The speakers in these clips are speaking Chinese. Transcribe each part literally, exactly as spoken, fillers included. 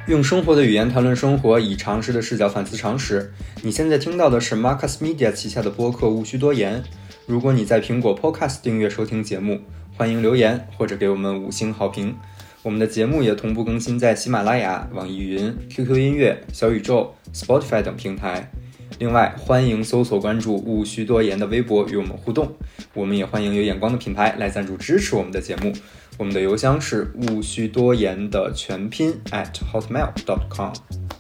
用生活的语言谈论生活，以常识的视角反思常识。你现在听到的是 Marcus Media 旗下的播客无需多言。如果你在苹果 Podcast 订阅收听节目，欢迎留言或者给我们五星好评。我们的节目也同步更新在喜马拉雅、网易云、Q Q 音乐、小宇宙、Spotify 等平台。另外，欢迎搜索关注无需多言的微博与我们互动。我们也欢迎有眼光的品牌来赞助支持我们的节目。我们的邮箱是无需多言的全拼 at hotmail dot com。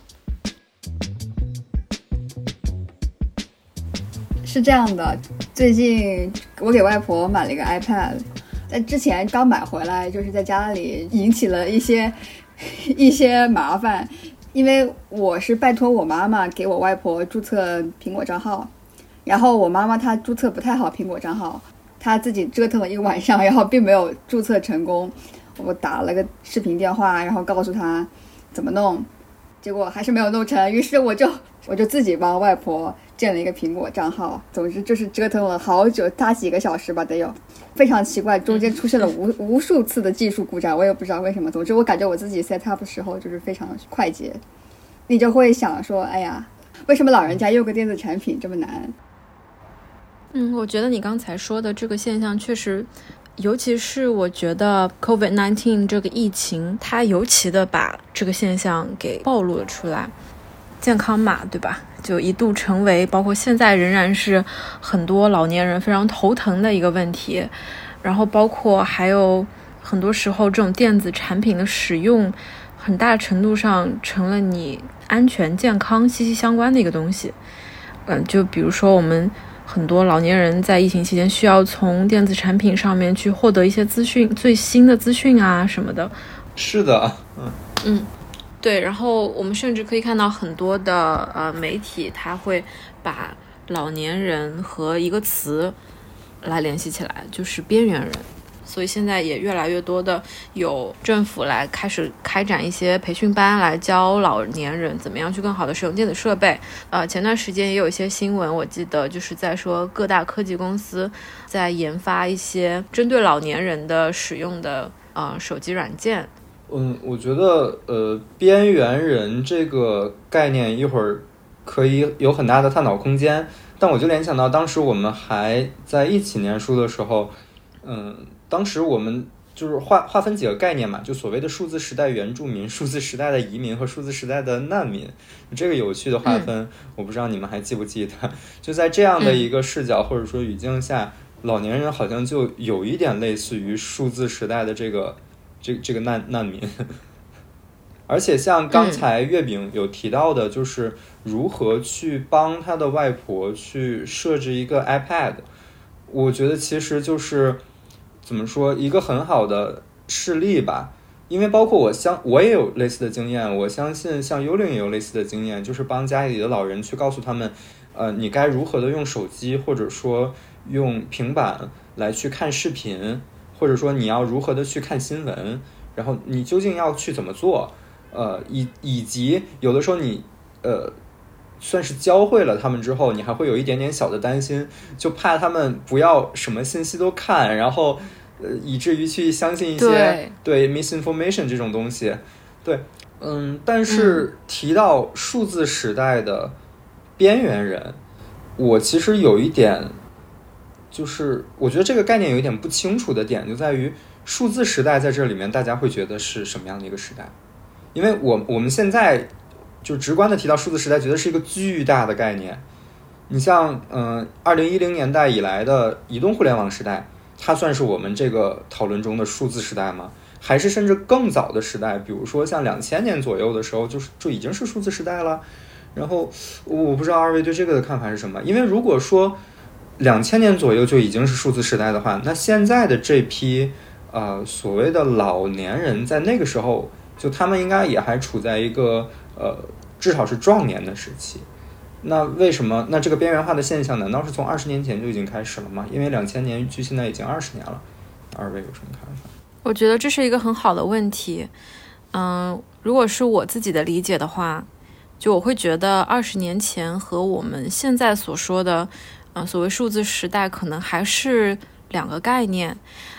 是这样的，最近我给外婆买了一个 iPad， 在之前刚买回来，就是在家里引起了一些一些麻烦，因为我是拜托我妈妈给我外婆注册苹果账号，然后我妈妈她注册不太好苹果账号，她自己折腾了一个晚上，然后并没有注册成功。我打了个视频电话，然后告诉她怎么弄，结果还是没有弄成，于是我就我就自己帮外婆建了一个苹果账号。总之就是折腾了好久，大几个小时吧，得有，非常奇怪，中间出现了无无数次的技术故障，我也不知道为什么。总之我感觉我自己 set up 的时候就是非常快捷。你就会想说，哎呀，为什么老人家用个电子产品这么难？ 嗯，我觉得你刚才说的这个现象确实，尤其是我觉得 COVID 十九 这个疫情，它尤其的把这个现象给暴露了出来。健康码，对吧？就一度成为，包括现在仍然是很多老年人非常头疼的一个问题。然后包括还有很多时候这种电子产品的使用，很大程度上成了你安全健康息息相关的一个东西。嗯，就比如说我们很多老年人在疫情期间需要从电子产品上面去获得一些资讯，最新的资讯啊什么的。 是的， 嗯嗯，对。然后我们甚至可以看到很多的呃媒体，他会把老年人和一个词来联系起来，就是边缘人。所以现在也越来越多的有政府来开始开展一些培训班，来教老年人怎么样去更好的使用电子设备。呃，前段时间也有一些新闻，我记得就是在说各大科技公司在研发一些针对老年人的使用的呃手机软件。 嗯，我觉得呃边缘人这个概念一会儿可以有很大的探讨空间，但我就联想到当时我们还在一起念书的时候，嗯。当时我们就是划划分几个概念嘛，就所谓的数字时代原住民、数字时代的移民和数字时代的难民，这个有趣的划分、嗯、我不知道你们还记不记得。就在这样的一个视角或者说语境下、嗯、老年人好像就有一点类似于数字时代的这个这这个难难民。而且像刚才月饼有提到的，就是如何去帮他的外婆去设置一个 iPad， 我觉得其实就是怎么说一个很好的事例吧。因为包括我相我也有类似的经验，我相信像幽灵也有类似的经验，就是帮家里的老人去告诉他们呃，你该如何的用手机或者说用平板来去看视频，或者说你要如何的去看新闻，然后你究竟要去怎么做，呃，以以及有的时候你呃算是教会了他们之后，你还会有一点点小的担心，就怕他们不要什么信息都看，然后呃以至于去相信一些 对, 对 misinformation 这种东西。对，嗯，但是提到数字时代的边缘人、嗯、我其实有一点就是我觉得这个概念有一点不清楚的点，就在于数字时代在这里面大家会觉得是什么样的一个时代。因为我我们现在就直观的提到数字时代，觉得是一个巨大的概念。你像嗯，二零一零年代以来的移动互联网时代，它算是我们这个讨论中的数字时代吗？还是甚至更早的时代，比如说像两千年左右的时候，就是就已经是数字时代了。然后我不知道二位对这个的看法是什么？因为如果说两千年左右就已经是数字时代的话，那现在的这批呃所谓的老年人，在那个时候，就他们应该也还处在一个呃。至少是壮年的时期。那为什么那这个边缘化的现象难道是从二十年前就已经开始了吗？因为两千年距现在已经二十年了。二位有什么看法？ 我觉得这是一个很好的问题。嗯，如果是我自己的理解的话，就我会觉得二十年前和我们现在所说的呃所谓数字时代可能还是两个概念。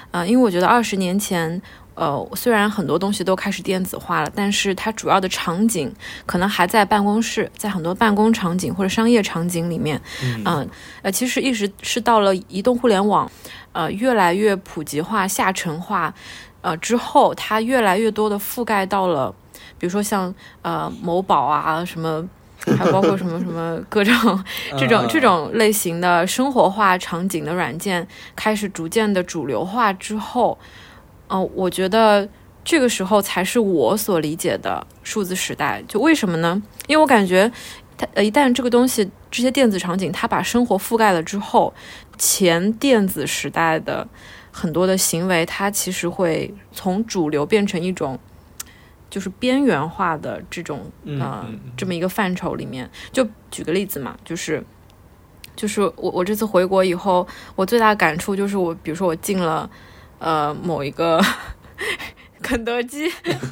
啊、呃，因为我觉得二十年前。呃，虽然很多东西都开始电子化了，但是它主要的场景可能还在办公室，在很多办公场景或者商业场景里面。嗯、呃，呃，其实一直是到了移动互联网，呃，越来越普及化、下沉化，呃之后，它越来越多的覆盖到了，比如说像呃某宝啊什么。还包括什么什么各种这种这种类型的生活化场景的软件开始逐渐的主流化之后，呃，我觉得这个时候才是我所理解的数字时代。就为什么呢？因为我感觉它呃一旦这个东西这些电子场景它把生活覆盖了之后，前电子时代的很多的行为它其实会从主流变成一种就是边缘化的这种呃嗯这么一个范畴里面。就举个例子嘛，就是就是我我这次回国以后，我最大的感触就是我比如说我进了呃某一个肯德基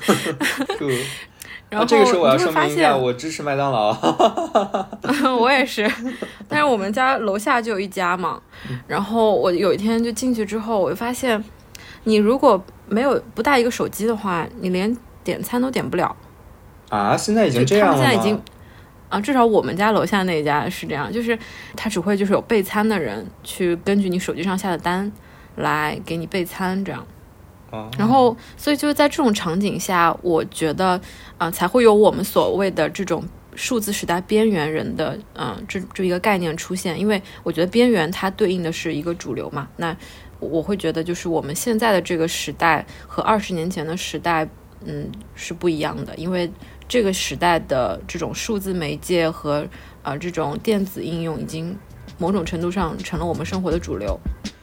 然后、啊、 这个时候我要说明一下，我支持麦当劳我也是，但是我们家楼下就有一家嘛，然后我有一天就进去之后，我就发现你如果没有不带一个手机的话，你连点餐都点不了啊！现在已经这样了吗？ 他们现在已经啊，至少我们家楼下那一家是这样，就是他只会就是有备餐的人去根据你手机上下的单来给你备餐这样。 哦、 然后，所以就是在这种场景下，我觉得啊、呃，才会有我们所谓的这种数字时代边缘人的嗯、呃、这这一个概念出现。因为我觉得边缘它对应的是一个主流嘛，那我会觉得就是我们现在的这个时代和二十年前的时代。嗯，是不一样的，因为这个时代的这种数字媒介和呃这种电子应用已经某种程度上成了我们生活的主流。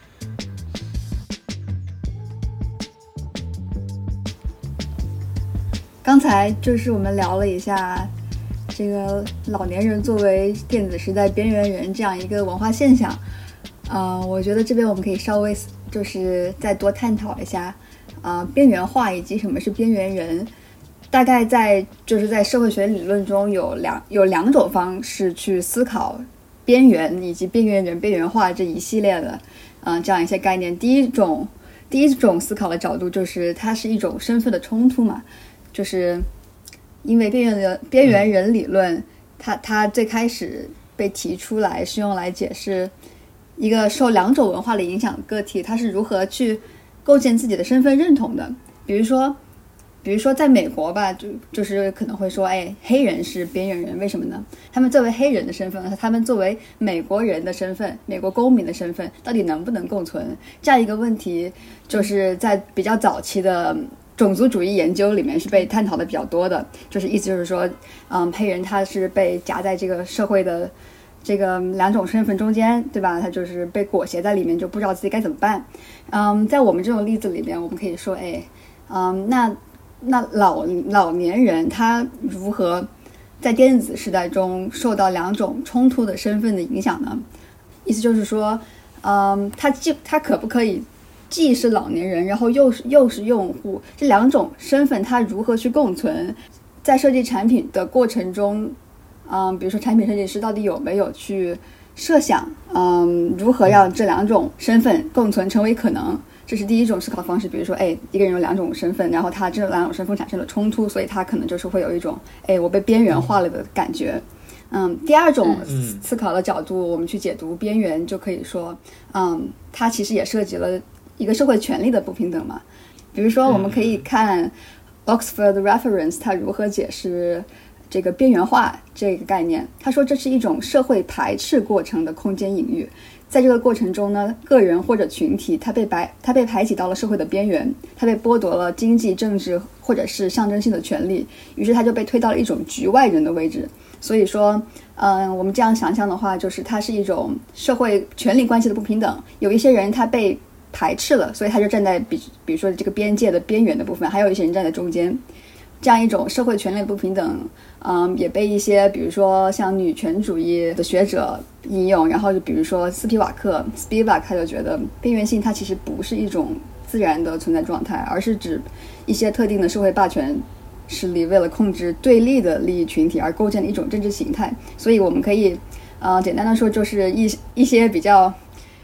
刚才就是我们聊了一下这个老年人作为电子时代边缘人这样一个文化现象，呃，我觉得这边我们可以稍微就是再多探讨一下。啊、呃，边缘化以及什么是边缘人，大概在就是在社会学理论中有两有两种方式去思考边缘以及边缘人、边缘化这一系列的嗯、呃、这样一些概念。第一种第一种思考的角度就是它是一种身份的冲突嘛，就是因为边缘人边缘人理论，它它最开始被提出来是用来解释一个受两种文化的影响的个体，它是如何去构建自己的身份认同的。比如说比如说在美国吧，就就是可能会说，哎，黑人是边缘人，为什么呢？他们作为黑人的身份和他们作为美国人的身份，美国公民的身份到底能不能共存，这样一个问题就是在比较早期的种族主义研究里面是被探讨的比较多的。就是意思就是说嗯，黑人他是被夹在这个社会的这个两种身份中间，对吧？他就是被裹挟在里面，就不知道自己该怎么办。嗯，在我们这种例子里面，我们可以说，哎，嗯，那那老老年人他如何在电子时代中受到两种冲突的身份的影响呢？意思就是说，嗯，他既他可不可以既是老年人，然后又是又是用户，这两种身份他如何去共存？在设计产品的过程中，嗯，比如说产品设计师到底有没有去设想，嗯，如何让这两种身份共存成为可能？这是第一种思考方式。比如说，哎，一个人有两种身份，然后他这两种身份产生了冲突，所以他可能就是会有一种，哎，我被边缘化了的感觉。嗯，第二种思考的角度，我们去解读边缘，就可以说，嗯，它其实也涉及了一个社会权利的不平等嘛。比如说，我们可以看 Oxford Reference 它如何解释这个边缘化这个概念。他说这是一种社会排斥过程的空间隐喻，在这个过程中呢，个人或者群体他被排他被排挤到了社会的边缘，他被剥夺了经济、政治或者是象征性的权利，于是他就被推到了一种局外人的位置。所以说嗯，我们这样想象的话，就是它是一种社会权力关系的不平等。有一些人他被排斥了，所以他就站在比比如说这个边界的边缘的部分，还有一些人站在中间。这样一种社会权力不平等，嗯，也被一些比如说像女权主义的学者应用。然后就比如说斯皮瓦克 Spivak 他就觉得边缘性它其实不是一种自然的存在状态，而是指一些特定的社会霸权势力为了控制对立的利益群体而构建的一种政治形态。所以我们可以呃简单的说，就是一一些比较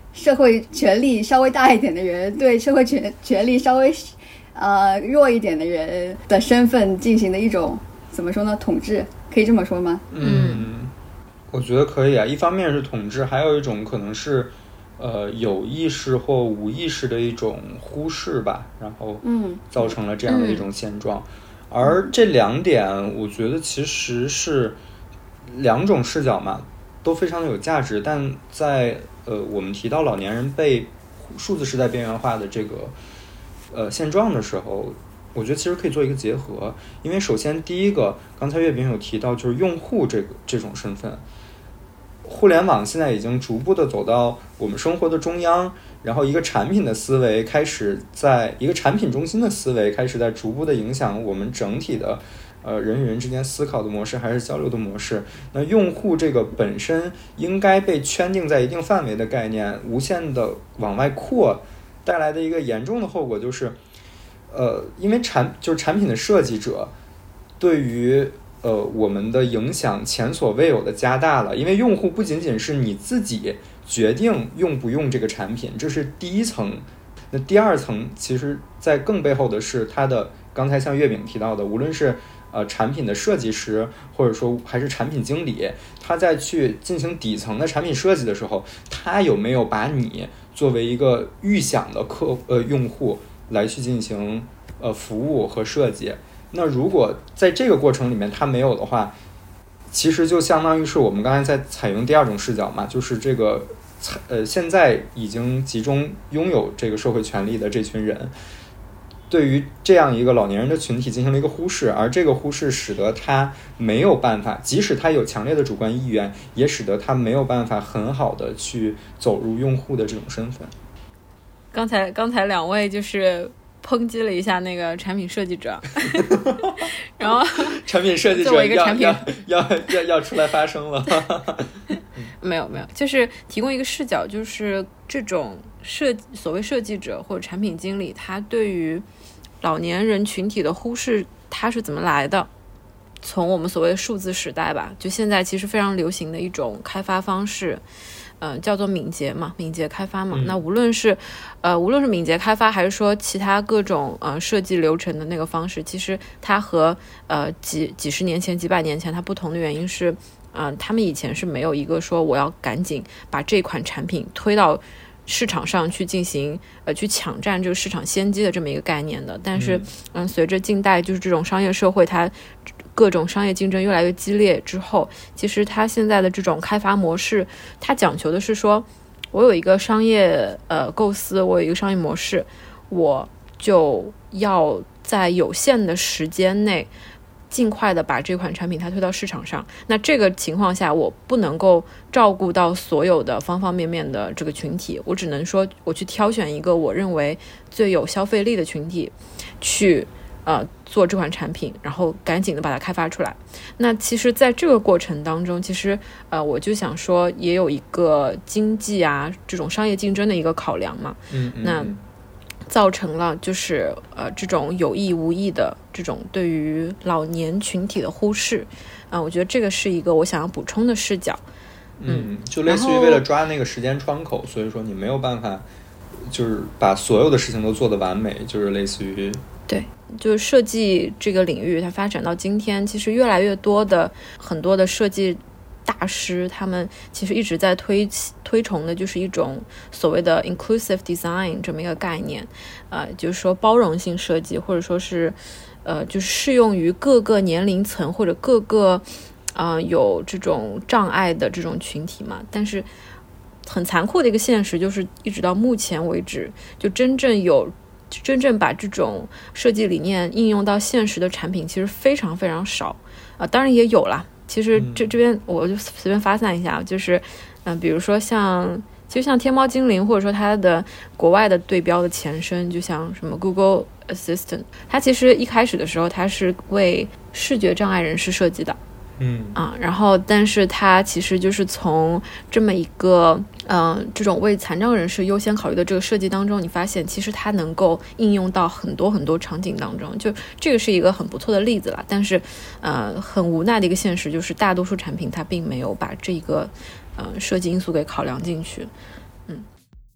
社会权力稍微大一点的人对社会权权力稍微呃弱一点的人的身份进行的一种怎么说呢统治，可以这么说吗？ 嗯，我觉得可以啊。一方面是统治，还有一种可能是呃有意识或无意识的一种忽视吧，然后嗯造成了这样的一种现状。嗯、而这两点我觉得其实是两种视角嘛，都非常的有价值。但在呃我们提到老年人被数字时代边缘化的这个呃现状的时候，我觉得其实可以做一个结合。因为首先第一个，刚才月饼有提到就是用户这个这种身份，互联网现在已经逐步的走到我们生活的中央，然后一个产品的思维开始在一个产品中心的思维开始在逐步的影响我们整体的呃人与人之间思考的模式还是交流的模式。那用户这个本身应该被圈定在一定范围的概念无限的往外扩，带来的一个严重的后果就是呃因为产就是产品的设计者对于呃，我们的影响前所未有的加大了。因为用户不仅仅是你自己决定用不用这个产品，这是第一层。那第二层其实在更背后的是它的，刚才像月饼提到的，无论是呃产品的设计师，或者说还是产品经理，他在去进行底层的产品设计的时候，他有没有把你作为一个预想的客呃用户来去进行呃服务和设计。那如果在这个过程里面它没有的话，其实就相当于是我们刚才在采用第二种视角嘛，就是这个呃现在已经集中拥有这个社会权利的这群人对于这样一个老年人的群体进行了一个忽视，而这个忽视使得他没有办法，即使他有强烈的主观意愿，也使得他没有办法很好的去走入用户的这种身份。 刚才刚才两位就是抨击了一下那个产品设计者然后产品设计者要要要要要出来发声了没有没有，就是提供一个视角，就是这种设所谓设计者或者产品经理，他对于老年人群体的忽视，他是怎么来的？从我们所谓的数字时代吧，就现在其实非常流行的一种开发方式，嗯、呃，叫做敏捷嘛，敏捷开发嘛。嗯、那无论是呃，无论是敏捷开发，还是说其他各种呃设计流程的那个方式，其实它和呃几几十年前、几百年前它不同的原因是，嗯、呃，他们以前是没有一个说我要赶紧把这款产品推到市场上去进行呃去抢占这个市场先机的这么一个概念的。但是嗯，随着近代就是这种商业社会它各种商业竞争越来越激烈之后，其实它现在的这种开发模式，它讲求的是说我有一个商业呃构思，我有一个商业模式，我就要在有限的时间内尽快的把这款产品它推到市场上。那这个情况下我不能够照顾到所有的方方面面的这个群体，我只能说我去挑选一个我认为最有消费力的群体去呃做这款产品，然后赶紧的把它开发出来。那其实在这个过程当中，其实呃我就想说也有一个经济啊这种商业竞争的一个考量嘛。 嗯嗯， 那造成了就是呃这种有意无意的这种对于老年群体的忽视啊、呃，我觉得这个是一个我想要补充的视角。 嗯，就类似于为了抓那个时间窗口，所以说你没有办法就是把所有的事情都做得完美，就是类似于对，就是设计这个领域它发展到今天，其实越来越多的很多的设计大师他们其实一直在推推崇的就是一种所谓的 inclusive design 这么一个概念，呃，就是说包容性设计，或者说是呃，就是适用于各个年龄层或者各个呃有这种障碍的这种群体嘛。但是很残酷的一个现实就是一直到目前为止，就真正有真正把这种设计理念应用到现实的产品其实非常非常少啊、呃，当然也有啦。其实这这边我就随便发散一下，就是嗯、呃，比如说像其实像天猫精灵，或者说它的国外的对标的前身，就像什么 Google Assistant， 它其实一开始的时候它是为视觉障碍人士设计的。 嗯啊，然后但是它其实就是从这么一个嗯、呃、这种为残障人士优先考虑的这个设计当中，你发现其实它能够应用到很多很多场景当中，就这个是一个很不错的例子啦。但是呃很无奈的一个现实就是大多数产品它并没有把这个呃设计因素给考量进去。嗯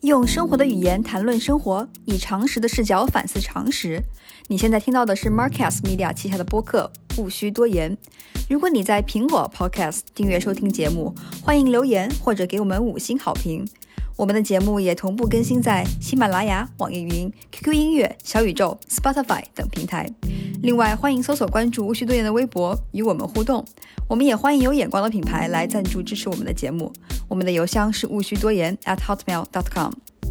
用生活的语言谈论生活，以常识的视角反思常识。你现在听到的是 Marcast Media 旗下的播客勿需多言。如果你在苹果 Podcast 订阅收听节目，欢迎留言或者给我们五星好评。我们的节目也同步更新在喜马拉雅、网易云、Q Q 音乐、小宇宙、Spotify 等平台。另外，欢迎搜索关注勿需多言的微博，与我们互动。我们也欢迎有眼光的品牌来赞助支持我们的节目。我们的邮箱是勿需多言 at hotmail dot com。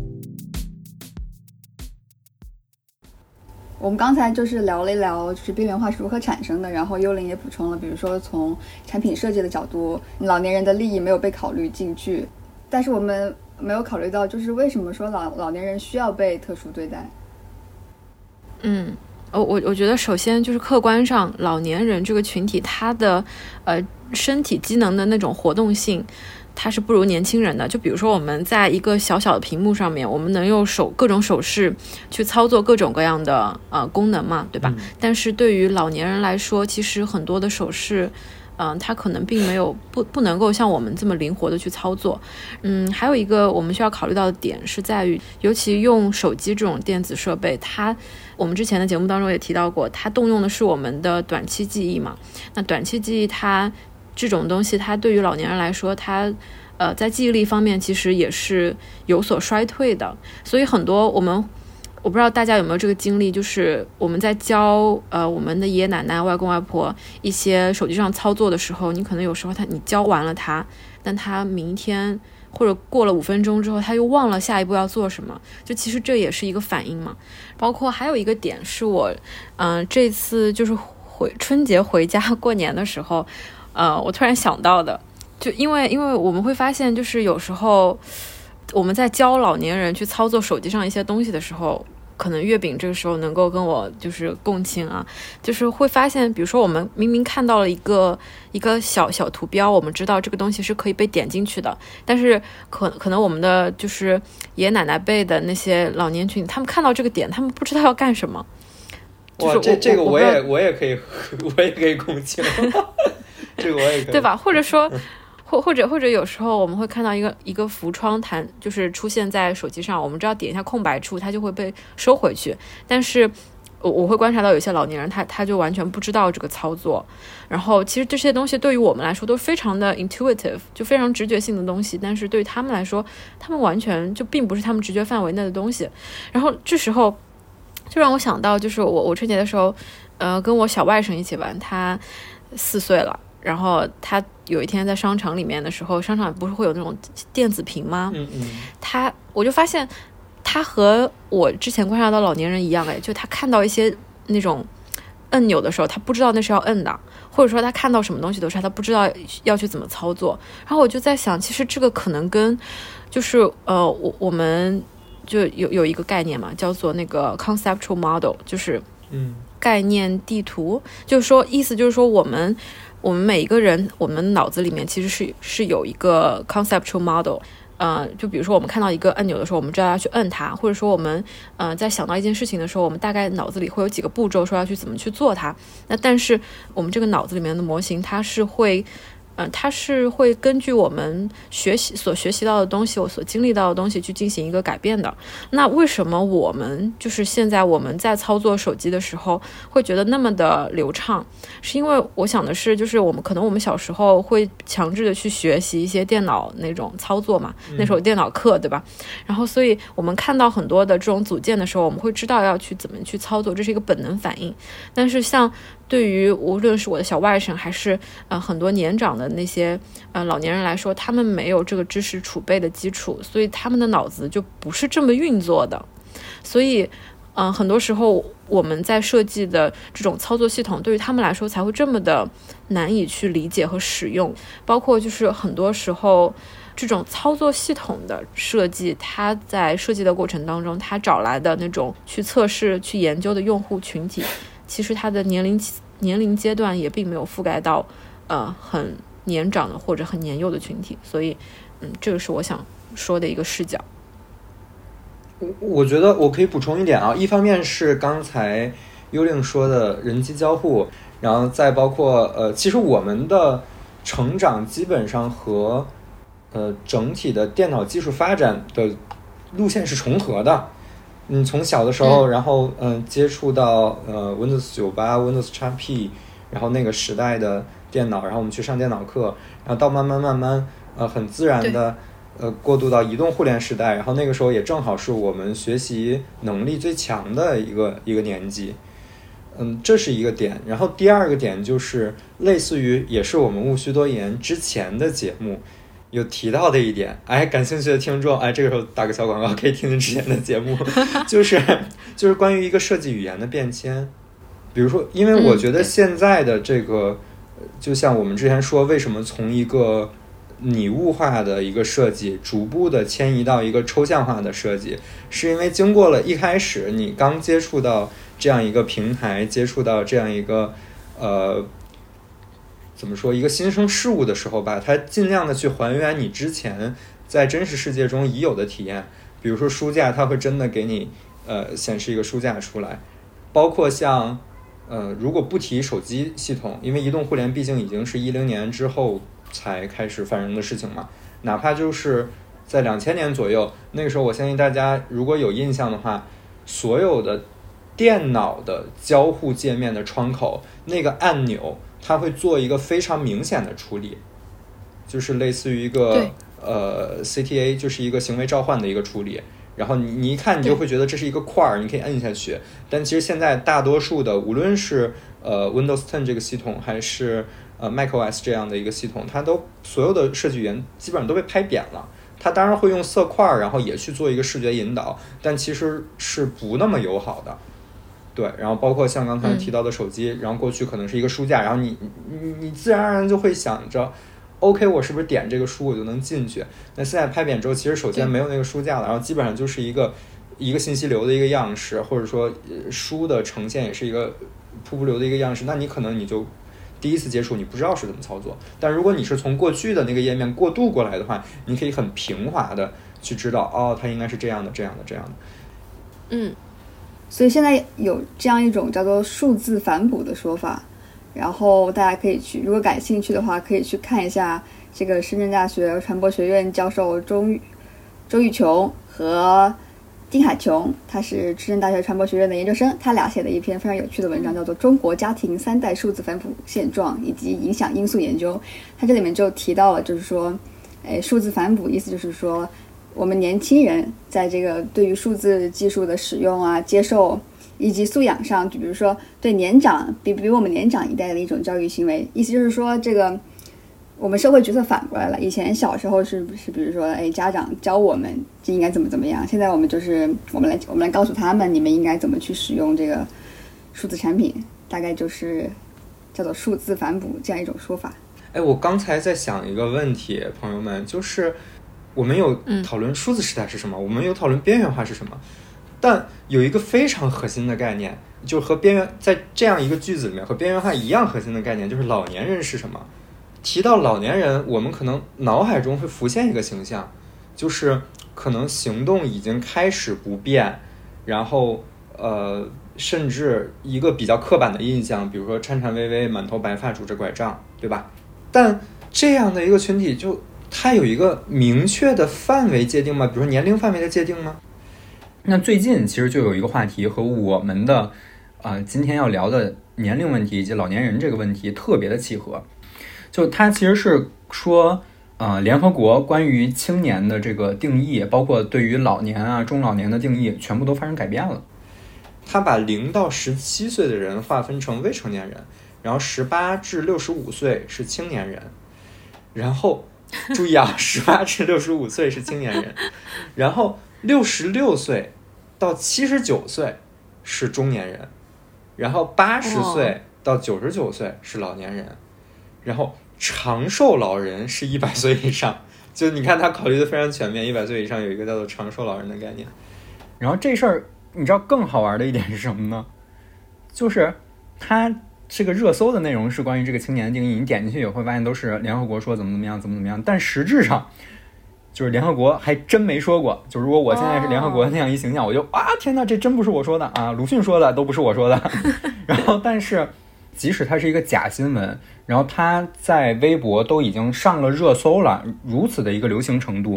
我们刚才就是聊了一聊，就是边缘化是如何产生的，然后幽灵也补充了，比如说从产品设计的角度，老年人的利益没有被考虑进去，但是我们没有考虑到，就是为什么说老老年人需要被特殊对待。 嗯，我我我觉得首先就是客观上，老年人这个群体，他的呃身体机能的那种活动性，它是不如年轻人的。就比如说我们在一个小小的屏幕上面，我们能用手各种手势去操作各种各样的呃功能嘛，对吧？嗯、但是对于老年人来说，其实很多的手势。嗯、呃，它可能并没有不不能够像我们这么灵活的去操作。嗯，还有一个我们需要考虑到的点是在于，尤其用手机这种电子设备，它我们之前的节目当中也提到过，它动用的是我们的短期记忆嘛。那短期记忆它这种东西，它对于老年人来说，它呃在记忆力方面其实也是有所衰退的。所以很多我们。我不知道大家有没有这个经历，就是我们在教呃我们的爷爷奶奶、外公外婆一些手机上操作的时候，你可能有时候他你教完了他，但他明天或者过了五分钟之后，他又忘了下一步要做什么，就其实这也是一个反应嘛。包括还有一个点是我，嗯、呃，这次就是回春节回家过年的时候，呃，我突然想到的，就因为因为我们会发现，就是有时候我们在教老年人去操作手机上一些东西的时候。可能月饼这个时候能够跟我就是共情啊，就是会发现，比如说我们明明看到了一个一个小小图标，我们知道这个东西是可以被点进去的，但是可可能我们的就是爷爷奶奶辈的那些老年群，他们看到这个点，他们不知道要干什么。 哇， 就是、 这这个我也我也可以，我也可以共情，这个我也可以， 对吧？或者说。或或者或者有时候我们会看到一个一个浮窗弹，就是出现在手机上，我们知道点一下空白处，它就会被收回去。但是我我会观察到有些老年人，他他就完全不知道这个操作。然后其实这些东西对于我们来说都非常的 intuitive， 就非常直觉性的东西，但是对于他们来说，他们完全就并不是他们直觉范围内的东西。然后这时候就让我想到，就是我我春节的时候，呃，跟我小外甥一起玩，他四岁了。然后他有一天在商场里面的时候，商场不是会有那种电子屏吗？ 嗯嗯。 他我就发现，他和我之前观察到老年人一样，哎，就他看到一些那种按钮的时候，他不知道那是要摁的，或者说他看到什么东西的时候，他不知道要去怎么操作。然后我就在想，其实这个可能跟就是呃，我我们就有有一个概念嘛，叫做那个 conceptual model， 就是嗯概念地图，嗯、就是说意思就是说我们。我们每一个人，我们脑子里面其实是是有一个 conceptual model， 呃，就比如说我们看到一个按钮的时候，我们知道要去摁它，或者说我们呃在想到一件事情的时候，我们大概脑子里会有几个步骤，说要去怎么去做它。那但是我们这个脑子里面的模型，它是会。嗯、呃，它是会根据我们学习所学习到的东西，我所经历到的东西去进行一个改变的。那为什么我们就是现在我们在操作手机的时候会觉得那么的流畅？是因为我想的是，就是我们可能我们小时候会强制的去学习一些电脑那种操作嘛，嗯、那时候有电脑课，对吧？然后所以我们看到很多的这种组件的时候，我们会知道要去怎么去操作，这是一个本能反应。但是像对于无论是我的小外甥还是呃很多年长的那些呃老年人来说，他们没有这个知识储备的基础，所以他们的脑子就不是这么运作的。所以嗯、呃，很多时候我们在设计的这种操作系统对于他们来说才会这么的难以去理解和使用。包括就是很多时候这种操作系统的设计，它在设计的过程当中，它找来的那种去测试去研究的用户群体，其实它的年龄年龄阶段也并没有覆盖到呃很年长的或者很年幼的群体。所以嗯，这个是我想说的一个视角。 我我觉得我可以补充一点啊，一方面是刚才幽灵说的人机交互，然后再包括呃，其实我们的成长基本上和呃整体的电脑技术发展的路线是重合的。你从小的时候， 嗯、 然后嗯、呃、接触到呃 Windows 九十八 Windows 叉 P， 然后那个时代的电脑，然后我们去上电脑课，然后到慢慢慢慢呃很自然的呃过渡到移动互联时代，然后那个时候也正好是我们学习能力最强的一个一个年纪。嗯，这是一个点。然后第二个点就是类似于也是我们戊戌多言之前的节目有提到的一点，哎，感兴趣的听众，哎，这个时候打个小广告，可以听听之前的节目，就是就是关于一个设计语言的变迁。比如说，因为我觉得现在的这个，嗯、就像我们之前说，为什么从一个拟物化的一个设计，逐步的迁移到一个抽象化的设计，是因为经过了一开始你刚接触到这样一个平台，接触到这样一个呃。怎么说一个新生事物的时候吧，它尽量的去还原你之前在真实世界中已有的体验。比如说书架，它会真的给你呃显示一个书架出来，包括像呃如果不提手机系统，因为移动互联毕竟已经是一零年之后才开始发生的事情嘛，哪怕就是在两千年左右，那个时候我相信大家如果有印象的话，所有的电脑的交互界面的窗口那个按钮，它会做一个非常明显的处理，就是类似于一个呃 C T A， 就是一个行为召唤的一个处理。然后你你一看你就会觉得这是一个块儿，你可以摁下去。但其实现在大多数的，无论是呃 Windows 十这个系统，还是呃 macOS 这样的一个系统，它都所有的设计语言基本上都被拍扁了。它当然会用色块，然后也去做一个视觉引导，但其实是不那么友好的。对，然后包括像刚才提到的手机，嗯、然后过去可能是一个书架，然后你你你自然而然就会想着 ，OK， 我是不是点这个书我就能进去？那现在拍扁之后，其实首先没有那个书架了，然后基本上就是一个一个信息流的一个样式，或者说书的呈现也是一个瀑布流的一个样式。那你可能你就第一次接触，你不知道是怎么操作。但如果你是从过去的那个页面过渡过来的话，你可以很平滑的去知道，哦，它应该是这样的，这样的，这样的。 嗯。 所以现在有这样一种叫做数字反哺的说法，然后大家可以去，如果感兴趣的话，可以去看一下这个深圳大学传播学院教授周周玉琼和丁海琼，他是深圳大学传播学院的研究生，他俩写的一篇非常有趣的文章，叫做《中国家庭三代数字反哺现状以及影响因素研究》。他这里面就提到了，就是说，哎，数字反哺意思就是说，我们年轻人在这个对于数字技术的使用啊、接受以及素养上，就比如说对年长比比我们年长一代的一种教育行为，意思就是说，这个我们社会角色反过来了。以前小时候是是比如说，哎，家长教我们就应该怎么怎么样，现在我们就是我们来我们来告诉他们，你们应该怎么去使用这个数字产品，大概就是叫做数字反哺这样一种说法。 哎，我刚才在想一个问题，朋友们，就是我们有讨论数字时代是什么、嗯、我们有讨论边缘化是什么，但有一个非常核心的概念，就是和边缘在这样一个句子里面和边缘化一样核心的概念，就是老年人是什么。提到老年人，我们可能脑海中会浮现一个形象，就是可能行动已经开始不便，然后呃，甚至一个比较刻板的印象，比如说颤颤巍巍、满头白发、拄着拐杖，对吧？但这样的一个群体就它有一个明确的范围界定吗？比如说年龄范围的界定吗？ 那最近其实就有一个话题和我们的呃今天要聊的年龄问题以及老年人这个问题特别的契合。就它其实是说呃联合国关于青年的这个定义，包括对于老年啊中老年的定义全部都发生改变了。 他把零到十七岁的人划分成未成年人，然后十八至六十五岁是青年人，然后注意啊，十八至六十五岁是青年人，然后六十六岁到七十九岁是中年人，然后八十岁到九十九岁是老年人，然后长寿老人是一百岁以上。就你看他考虑的非常全面，一百岁以上有一个叫做长寿老人的概念。 然后这事儿你知道更好玩的一点是什么呢？就是他这个热搜的内容是关于这个青年的定义，你点进去也会发现都是联合国说怎么怎么样怎么怎么样，但实质上就是联合国还真没说过。就如果我现在是联合国那样一形象，我就啊天哪，这真不是我说的啊，鲁迅说的都不是我说的。然后但是即使它是一个假新闻，然后它在微博都已经上了热搜了，如此的一个流行程度，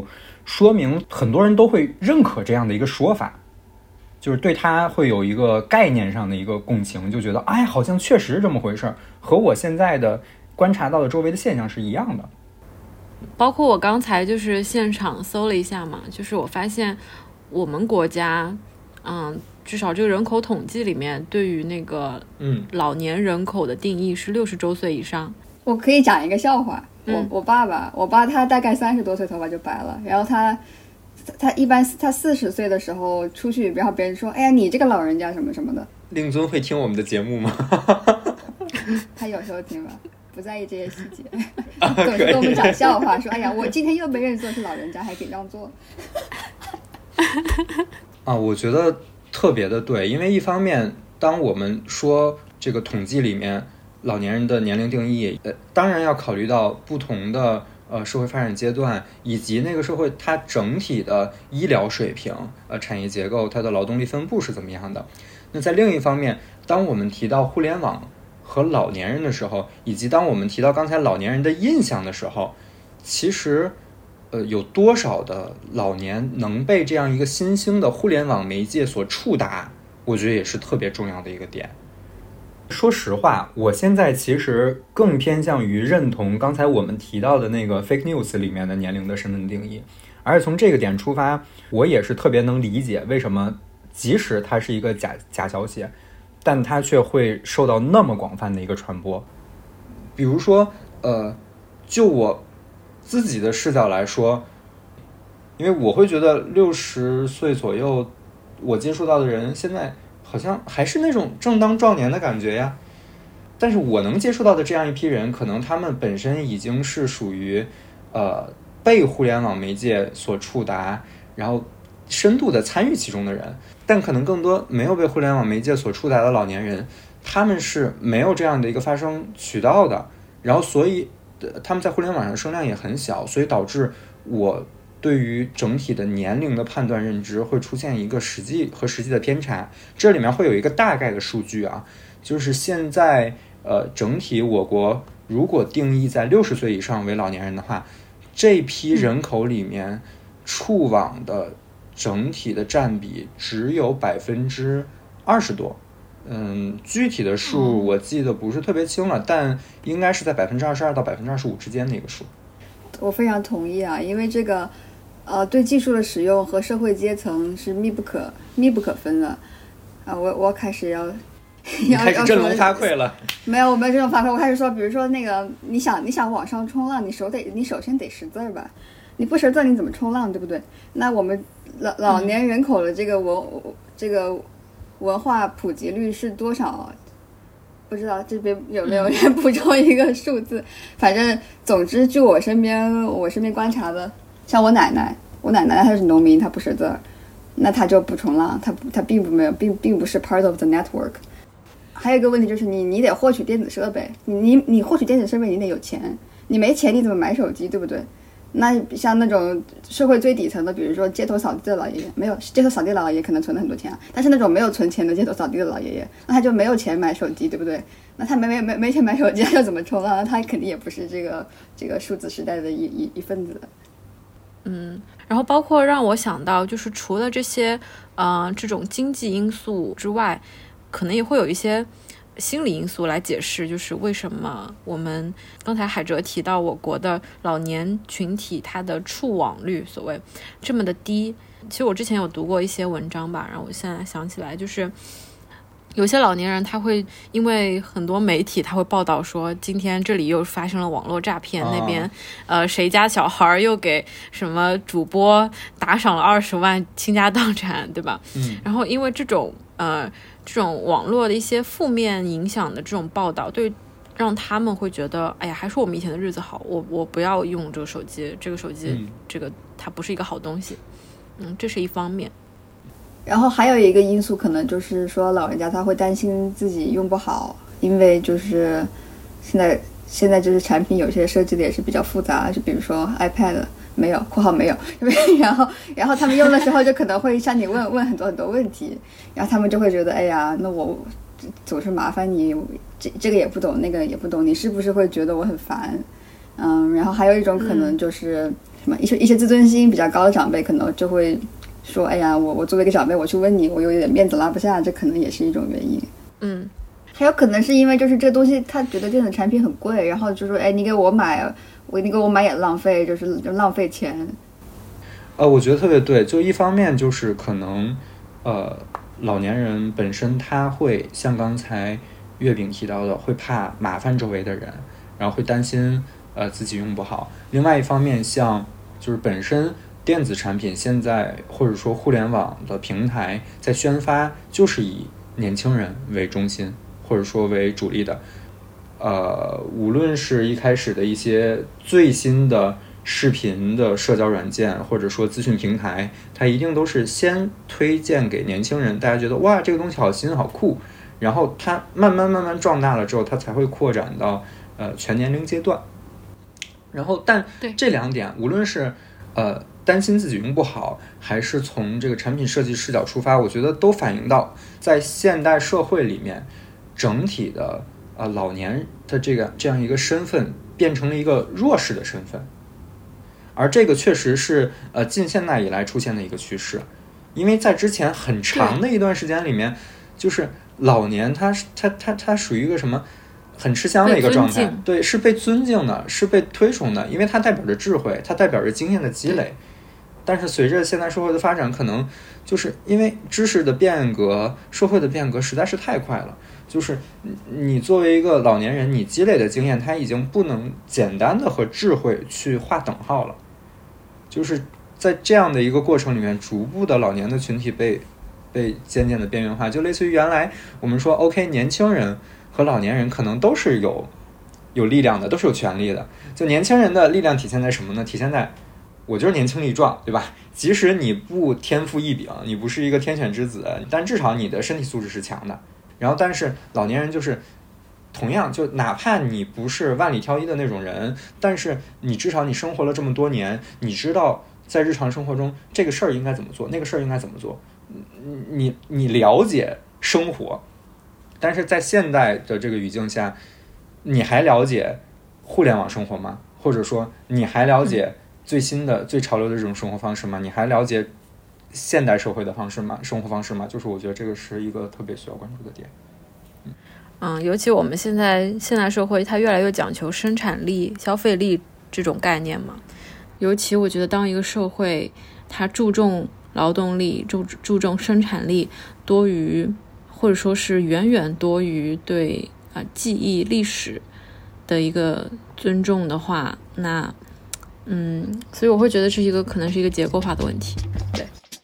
说明很多人都会认可这样的一个说法，就是对他会有一个概念上的一个共情，就觉得哎，好像确实是这么回事，和我现在的观察到的周围的现象是一样的。 包括我刚才就是现场搜了一下嘛，就是我发现我们国家嗯，至少这个人口统计里面对于那个嗯老年人口的定义是六十周岁以上。 我可以讲一个笑话， 嗯、 我我爸爸，我爸他大概三十多岁头发就白了，然后他他一般他四十岁的时候出去，然后别人说，哎呀你这个老人家什么什么的。 令尊会听我们的节目吗？ 他有时候听吧，不在意这些细节，总是跟我们讲笑话，说哎呀我今天又被认作是老人家，还给让座。 啊，我觉得特别的对，因为一方面当我们说这个统计里面老年人的年龄定义，呃，当然要考虑到不同的呃社会发展阶段，以及那个社会它整体的医疗水平、呃产业结构、它的劳动力分布是怎么样的。那在另一方面，当我们提到互联网和老年人的时候，以及当我们提到刚才老年人的印象的时候，其实呃有多少的老年能被这样一个新兴的互联网媒介所触达，我觉得也是特别重要的一个点。 说实话，我现在其实更偏向于认同刚才我们提到的那个 fake news 里面的年龄的身份定义，而且从这个点出发，我也是特别能理解为什么即使它是一个假假消息，但它却会受到那么广泛的一个传播。 比如说呃就我自己的视角来说，因为我会觉得六十岁左右我接触到的人现在好像还是那种正当壮年的感觉呀，但是我能接触到的这样一批人，可能他们本身已经是属于呃被互联网媒介所触达，然后深度的参与其中的人，但可能更多没有被互联网媒介所触达的老年人，他们是没有这样的一个发声渠道的，然后所以他们在互联网上声量也很小，所以导致我对于整体的年龄的判断认知会出现一个实际和实际的偏差。这里面会有一个大概的数据啊，就是现在呃整体我国如果定义在六十岁以上为老年人的话，这批人口里面触网的整体的占比只有百分之二十多。嗯，具体的数我记得不是特别清了，但应该是在百分之二十二到百分之二十五之间的一个数。 我非常同意啊，因为这个呃对技术的使用和社会阶层是密不可密不可分的啊。我我开始要你开始振聋发聩了。 没有，我没有振聋发聩，我开始说，比如说那个你想你想往上冲浪，你手得你首先得识字吧，你不识字你怎么冲浪，对不对？那我们老老年人口的这个文、嗯、这个文化普及率是多少？不知道这边有没有人补充一个数字、嗯、反正总之就我身边我身边观察的，像我奶奶我奶奶她是农民，她不识字，那她就不冲浪，她她并不没有并并不是 part of the network。 还有一个问题就是你你得获取电子设备，你你你获取电子设备你得有钱，你没钱你怎么买手机，对不对？那像那种社会最底层的，比如说街头扫地的老爷爷，没有街头扫地的老爷爷可能存了很多钱啊，但是那种没有存钱的街头扫地的老爷爷，那他就没有钱买手机，对不对？那他没没没没钱买手机，他又怎么冲浪？那他肯定也不是这个这个数字时代的一一一份子。 嗯，然后包括让我想到，就是除了这些呃这种经济因素之外，可能也会有一些心理因素来解释，就是为什么我们刚才海哲提到我国的老年群体它的触网率所谓这么的低。其实我之前有读过一些文章吧，然后我现在想起来，就是有些老年人他会因为很多媒体他会报道说今天这里又发生了网络诈骗、哦、那边呃谁家小孩又给什么主播打赏了二十万倾家荡产，对吧？ 嗯， 然后因为这种呃这种网络的一些负面影响的这种报道，对让他们会觉得哎呀还是我们以前的日子好，我我不要用这个手机，这个手机、嗯、这个它不是一个好东西。嗯，这是一方面。 然后还有一个因素可能就是说老人家他会担心自己用不好，因为就是现在现在就是产品有些设计的也是比较复杂，就比如说 iPad 没有括号没有然后然后他们用的时候就可能会向你问问很多很多问题，然后他们就会觉得哎呀那我总是麻烦你，这这个也不懂那个也不懂，你是不是会觉得我很烦？嗯，然后还有一种可能就是、嗯、 什么一些一些自尊心比较高的长辈，可能就会说，哎呀，我我作为一个长辈，我去问你，我有点面子拉不下，这可能也是一种原因。 嗯， 还有可能是因为就是这个东西，他觉得电子产品很贵，然后就说，哎，你给我买，我你给我买也浪费，就是就浪费钱。 呃，我觉得特别对。就一方面就是可能，呃，老年人本身他会像刚才月饼提到的，会怕麻烦周围的人，然后会担心呃自己用不好。另外一方面，像就是本身电子产品现在或者说互联网的平台在宣发，就是以年轻人为中心，或者说为主力的。呃，无论是一开始的一些最新的视频的社交软件，或者说资讯平台，它一定都是先推荐给年轻人，大家觉得哇这个东西好新好酷，然后它慢慢慢慢壮大了之后，它才会扩展到呃全年龄阶段。然后但这两点无论是呃担心自己用不好，还是从这个产品设计视角出发，我觉得都反映到在现代社会里面整体的呃老年的这个这样一个身份变成了一个弱势的身份。而这个确实是呃近现代以来出现的一个趋势，因为在之前很长的一段时间里面，就是老年他他他他属于一个什么很吃香的一个状态，对，是被尊敬的，是被推崇的，因为它代表着智慧，它代表着经验的积累。但是随着现代社会的发展，可能就是因为知识的变革，社会的变革实在是太快了，就是你作为一个老年人，你积累的经验，它已经不能简单的和智慧去划等号了。就是在这样的一个过程里面，逐步的老年的群体被被渐渐的边缘化，就类似于原来我们说 OK 年轻人和老年人可能都是有有力量的，都是有权利的。就年轻人的力量体现在什么呢？体现在我就是年轻力壮，对吧？即使你不天赋异禀，你不是一个天选之子，但至少你的身体素质是强的。然后但是老年人就是同样，就哪怕你不是万里挑一的那种人，但是你至少你生活了这么多年，你知道在日常生活中这个事儿应该怎么做，那个事儿应该怎么做，你你了解生活。但是在现代的这个语境下，你还了解互联网生活吗？或者说你还了解最新的、最潮流的这种生活方式吗？你还了解现代社会的方式吗？生活方式吗？就是我觉得这个是一个特别需要关注的点。 嗯，尤其我们现在现代社会，它越来越讲求生产力、消费力这种概念嘛。尤其我觉得，当一个社会它注重劳动力、注注重生产力多于，或者说是远远多于对啊、呃、记忆历史的一个尊重的话，那嗯，所以我会觉得是一个可能是一个结构化的问题。对。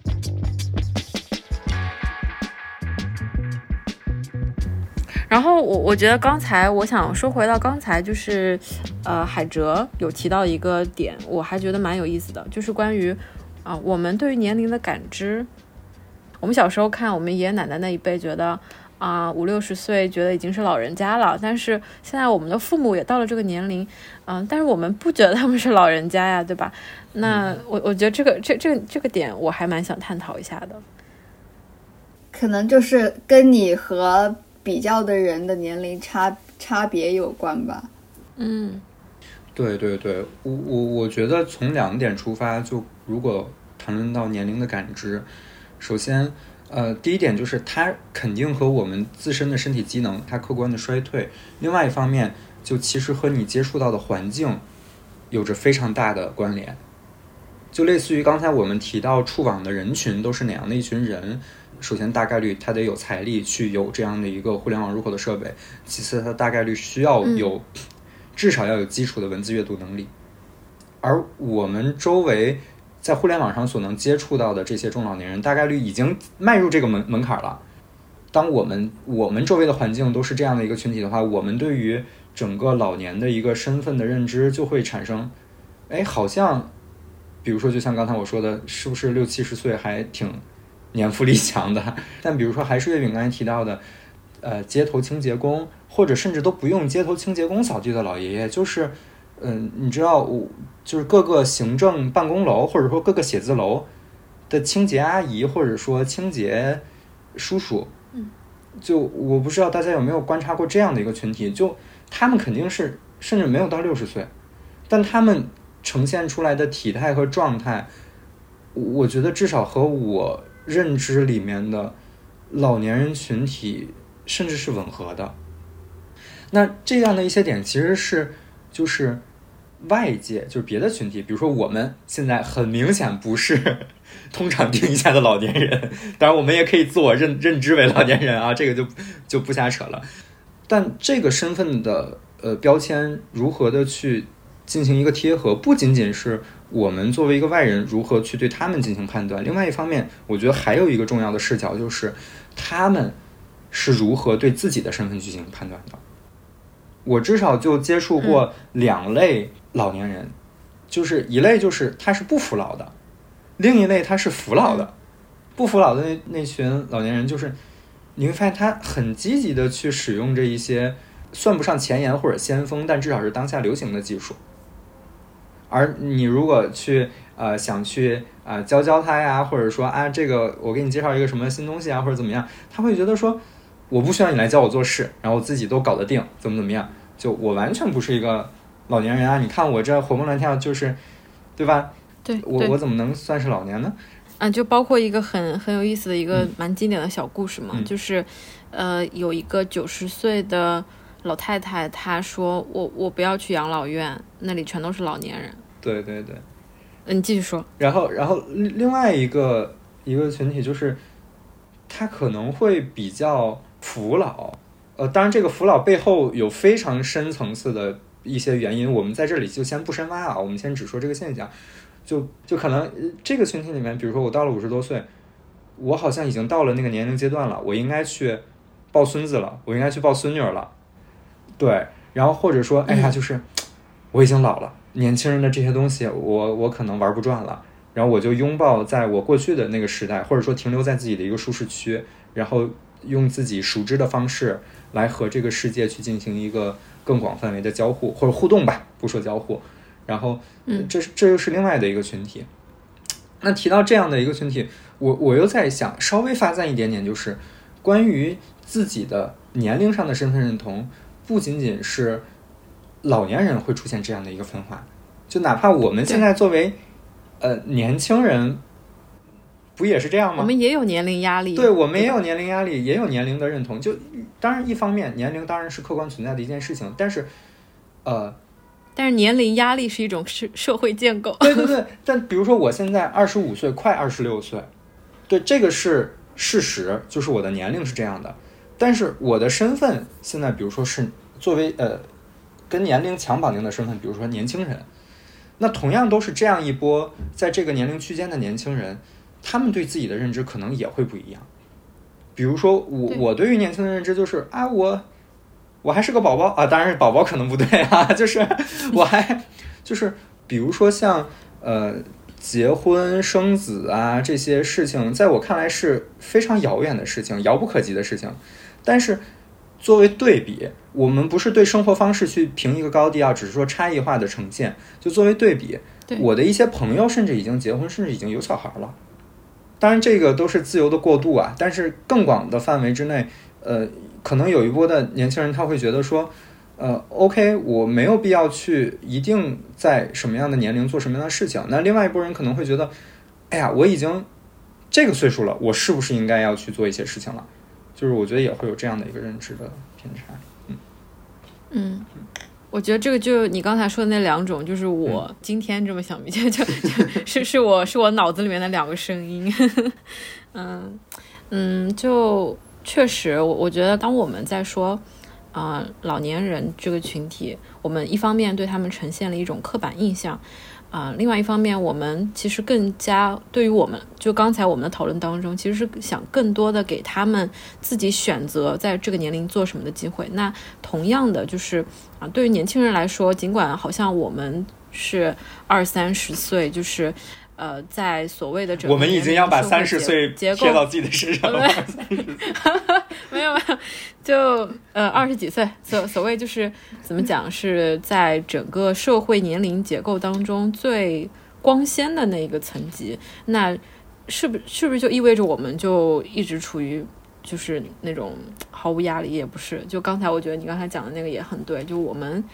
然后我我觉得刚才我想说回到刚才就是呃海哲有提到一个点，我还觉得蛮有意思的，就是关于啊、呃、我们对于年龄的感知。我们小时候看我们爷爷奶奶那一辈觉得啊、呃、五六十岁觉得已经是老人家了，但是现在我们的父母也到了这个年龄，嗯、呃，但是我们不觉得他们是老人家呀，对吧？那我我觉得这个这这这个点我还蛮想探讨一下的。 可能就是跟你和比较的人的年龄差差别有关吧。 嗯， 对对对，我我我觉得从两点出发，就如果谈论到年龄的感知，首先呃第一点就是它肯定和我们自身的身体机能它客观的衰退，另外一方面就其实和你接触到的环境有着非常大的关联。就类似于刚才我们提到触网的人群都是哪样的一群人，首先大概率他得有财力去有这样的一个互联网入口的设备，其次他大概率需要有、嗯、至少要有基础的文字阅读能力。而我们周围在互联网上所能接触到的这些中老年人，大概率已经迈入这个门门槛了。当我们我们周围的环境都是这样的一个群体的话，我们对于整个老年的一个身份的认知就会产生，哎，好像比如说就像刚才我说的，是不是六七十岁还挺年富力强的？但比如说还是月饼刚才提到的呃，街头清洁工，或者甚至都不用街头清洁工扫地的老爷爷，就是嗯、呃，你知道我就是各个行政办公楼或者说各个写字楼的清洁阿姨或者说清洁叔叔， 嗯， 就我不知道大家有没有观察过这样的一个群体，就他们肯定是甚至没有到六十岁，但他们呈现出来的体态和状态，我觉得至少和我认知里面的老年人群体甚至是吻合的。那这样的一些点其实是就是外界就是别的群体，比如说我们现在很明显不是通常定义下的老年人，当然我们也可以自我认认知为老年人啊，这个就就不瞎扯了。但这个身份的呃标签如何的去进行一个贴合，不仅仅是我们作为一个外人如何去对他们进行判断，另外一方面我觉得还有一个重要的视角，就是他们是如何对自己的身份去进行判断的。我至少就接触过两类老年人、嗯、就是一类就是他是不服老的，另一类他是服老的。不服老的 那, 那群老年人，就是你会发现他很积极的去使用这一些算不上前沿或者先锋，但至少是当下流行的技术。而你如果去呃想去啊、呃、教教他呀，或者说啊这个我给你介绍一个什么新东西啊，或者怎么样，他会觉得说我不需要你来教我做事，然后我自己都搞得定，怎么怎么样，就我完全不是一个老年人啊！你看我这活蹦乱跳，就是对吧？ 对， 我对我怎么能算是老年呢？ 啊，就包括一个很很有意思的一个蛮经典的小故事嘛， 嗯、 就是呃有一个九十岁的老太太，她说我我不要去养老院，那里全都是老年人。 对对对， 你继续说。 然后然后另外一个一个群体就是他可能会比较服老，呃，当然这个服老背后有非常深层次的一些原因，我们在这里就先不深挖啊，我们先只说这个现象。就就可能这个群体里面，比如说我到了五十多岁，我好像已经到了那个年龄阶段了，我应该去抱孙子了，我应该去抱孙女了，对，然后或者说，哎呀，就是我已经老了，年轻人的这些东西，我我可能玩不转了，然后我就拥抱在我过去的那个时代，或者说停留在自己的一个舒适区，然后用自己熟知的方式来和这个世界去进行一个更广范围的交互或者互动吧，不说交互。然后这这又是另外的一个群体。那提到这样的一个群体，我我又在想稍微发散一点点，就是关于自己的年龄上的身份认同，不仅仅是老年人会出现这样的一个分化，就哪怕我们现在作为呃年轻人，不也是这样吗？ 我们也有年龄压力。 对，我们也有年龄压力，也有年龄的认同。就当然一方面年龄当然是客观存在的一件事情，但是呃但是年龄压力是一种社社会建构。 对对对，但比如说我现在二十五岁，快二十六岁，对，这个是事实，就是我的年龄是这样的。但是我的身份现在，比如说是作为呃跟年龄强绑定的身份，比如说年轻人，那同样都是这样一波在这个年龄区间的年轻人，他们对自己的认知可能也会不一样。比如说我对我对于年轻的认知就是啊我。我还是个宝宝啊，当然是宝宝可能不对啊，就是我还就是比如说像呃结婚生子啊这些事情，在我看来是非常遥远的事情，遥不可及的事情。但是作为对比，我们不是对生活方式去评一个高低啊，只是说差异化的呈现。就作为对比，我的一些朋友甚至已经结婚，甚至已经有小孩了。当然这个都是自由的过渡啊，但是更广的范围之内，呃。可能有一波的年轻人他会觉得说呃 OK 我没有必要去一定在什么样的年龄做什么样的事情。那另外一波人可能会觉得哎呀我已经这个岁数了，我是不是应该要去做一些事情了，就是我觉得也会有这样的一个认知的偏差。嗯嗯，我觉得这个就你刚才说的那两种，就是我今天这么想，就就就是是我是我脑子里面的两个声音。嗯嗯，就确实，我我觉得当我们在说啊、呃、老年人这个群体，我们一方面对他们呈现了一种刻板印象啊、呃，另外一方面我们其实更加对于我们就刚才我们的讨论当中，其实是想更多的给他们自己选择在这个年龄做什么的机会。那同样的就是啊、呃，对于年轻人来说，尽管好像我们是二三十岁，就是呃，在所谓的整个我们已经要把三十岁贴到自己的身上了。 没有没有，就呃二十几岁，所所谓就是怎么讲，是在整个社会年龄结构当中最光鲜的那一个层级。那是不是不是就意味着我们就一直处于就是那种毫无压力？也不是。就刚才我觉得你刚才讲的那个也很对，就我们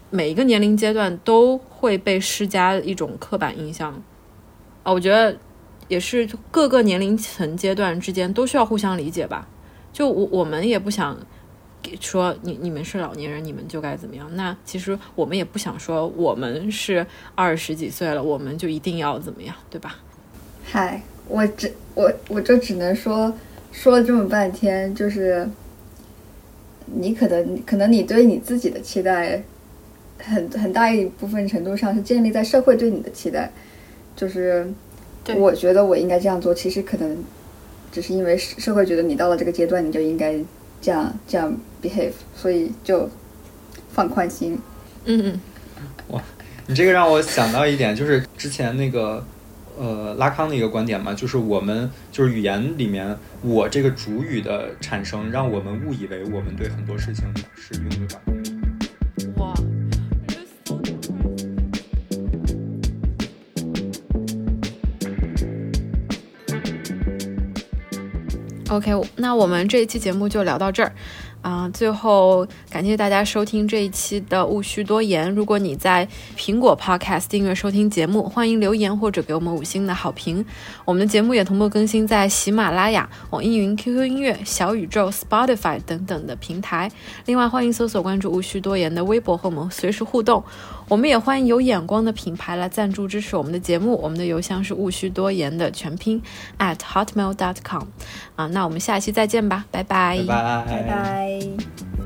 每一个年龄阶段都会被施加一种刻板印象啊，我觉得也是各个年龄层阶段之间都需要互相理解吧。就我我们也不想说你你们是老年人你们就该怎么样，那其实我们也不想说我们是二十几岁了我们就一定要怎么样，对吧？ 嗨，我只我我就只能说说了这么半天，就是你可能可能你对你自己的期待很很大一部分程度上是建立在社会对你的期待，就是我觉得我应该这样做，其实可能只是因为社会觉得你到了这个阶段你就应该这样这样 behave， 所以就放宽心。 嗯嗯， 哇，你这个让我想到一点，就是之前那个呃拉康的一个观点嘛，就是我们就是语言里面我这个主语的产生，让我们误以为我们对很多事情是拥有掌控力。 哇，OK， 那我们这一期节目就聊到这儿啊、呃！最后感谢大家收听这一期的勿需多言。如果你在苹果 Podcast 订阅收听节目，欢迎留言或者给我们五星的好评。我们的节目也同步更新在喜马拉雅、网易云、Q Q 音乐、小宇宙、Spotify 等等的平台。另外，欢迎搜索关注勿需多言的微博和我们随时互动。我们也欢迎有眼光的品牌来赞助支持我们的节目，我们的邮箱是勿需多言的全拼 at hotmail dot com 啊，那我们下期再见吧，拜拜， 拜拜， 拜拜。